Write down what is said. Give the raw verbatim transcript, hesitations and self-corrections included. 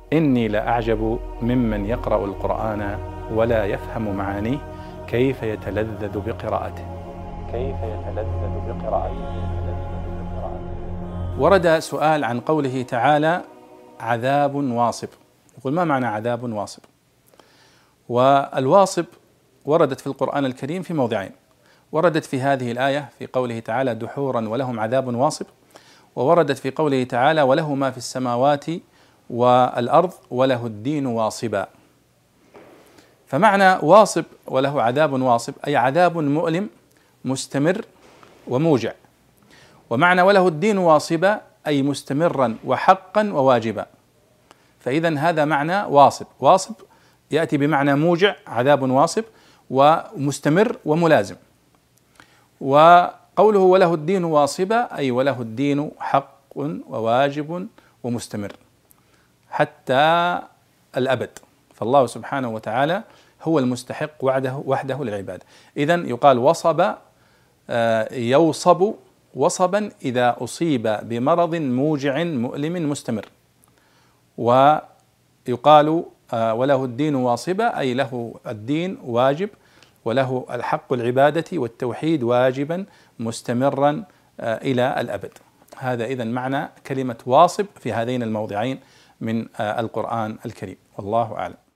إني لأعجب ممن يقرأ القرآن ولا يفهم معانيه كيف يتلذذ بقراءته كيف يتلذذ بقراءته ورد سؤال عن قوله تعالى عذاب واصب. يقول: ما معنى عذاب واصب؟ والواصب وردت في القرآن الكريم في موضعين. وردت في هذه الآية في قوله تعالى: دحورا ولهم عذاب واصب، ووردت في قوله تعالى: وله ما في السماوات والأرض وله الدين واصبا. فمعنى واصب وله عذاب واصب أي عذاب مؤلم مستمر وموجع، ومعنى وله الدين واصبا أي مستمرا وحقا وواجبا. فإذا هذا معنى واصب. واصب يأتي بمعنى موجع، عذاب واصب، ومستمر وملازم. وقوله وله الدين واصبا أي وله الدين حق وواجب ومستمر حتى الأبد. فالله سبحانه وتعالى هو المستحق وحده وحده للعبادة. إذن يقال وصب، يوصب وصبا إذا أصيب بمرض موجع مؤلم مستمر. ويقال وله الدين واصبا أي له الدين واجب وله الحق العبادة والتوحيد واجبا مستمرا إلى الأبد. هذا إذن معنى كلمة واصب في هذين الموضعين من القرآن الكريم، والله أعلم.